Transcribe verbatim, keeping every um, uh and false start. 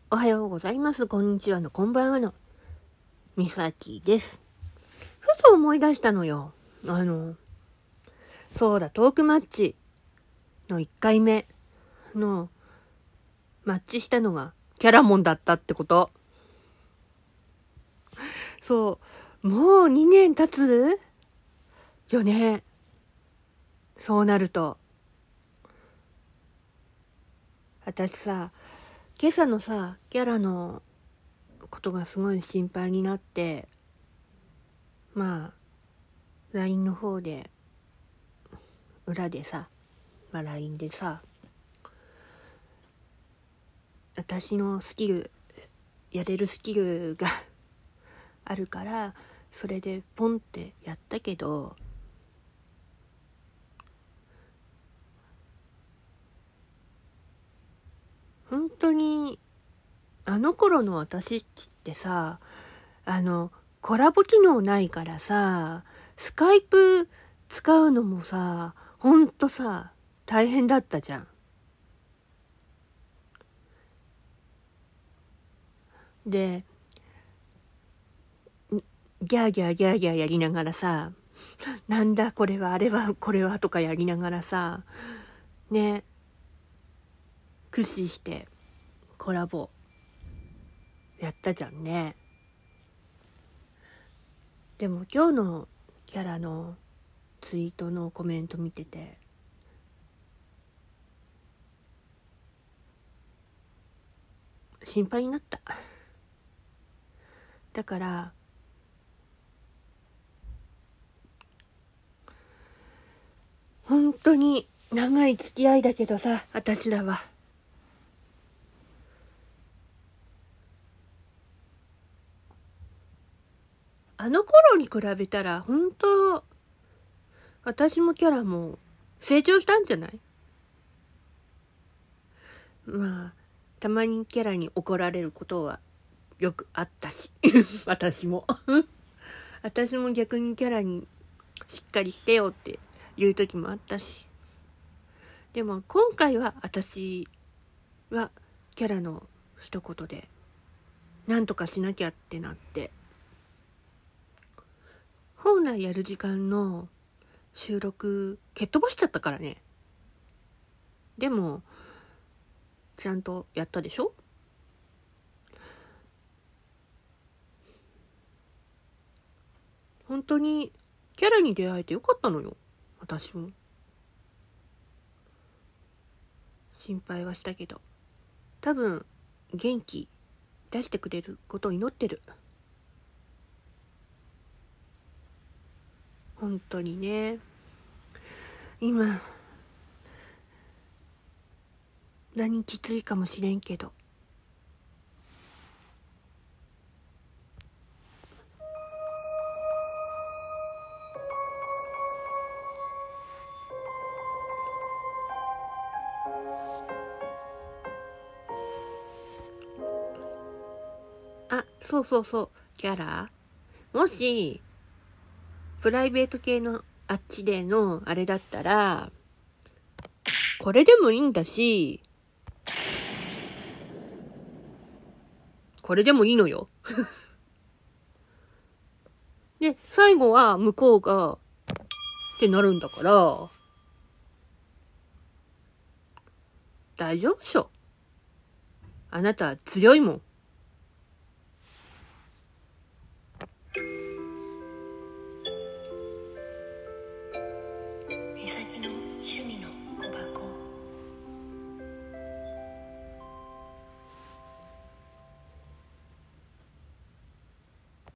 おはようございます。こんにちはのこんばんはのみさきです。ふと思い出したのよ。あの、そうだ、トークマッチのいっかいめのマッチしたのがキャラモンだったってこと。そう、もうにねん経つよね。そうなると。私さ、今朝のさ、キャラのことがすごい心配になって、まあ、ライン の方で、裏でさ、まあ、ライン でさ、私のスキル、やれるスキルがあるから、それでポンってやったけど、本当に、あの頃の私ってさ、あの、コラボ機能ないからさ、スカイプ使うのもさ、ほんとさ、大変だったじゃん。で、ギャーギャーギャーギャーやりながらさ、なんだこれはあれはこれはとかやりながらさ、ね、駆使してコラボやったじゃんね。でも今日のキャラのツイートのコメント見てて、心配になった。だから本当に長い付き合いだけどさ、私らは。あの頃に比べたら本当私もキャラも成長したんじゃない？まあたまにキャラに怒られることはよくあったし私も私も逆にキャラにしっかりしてよって言う時もあったし、でも今回は私はキャラの一言でなんとかしなきゃってなって、本来やる時間の収録蹴っ飛ばしちゃったからね。でもちゃんとやったでしょ。本当にキャラに出会えてよかったのよ。私も心配はしたけど、多分元気出してくれることを祈ってる。本当にね。今何きついかもしれんけど、あ、そうそうそう、キャラもしプライベート系のあっちでのあれだったらこれでもいいんだし、これでもいいのよで最後は向こうがってなるんだから大丈夫でしょ。あなた強いもん。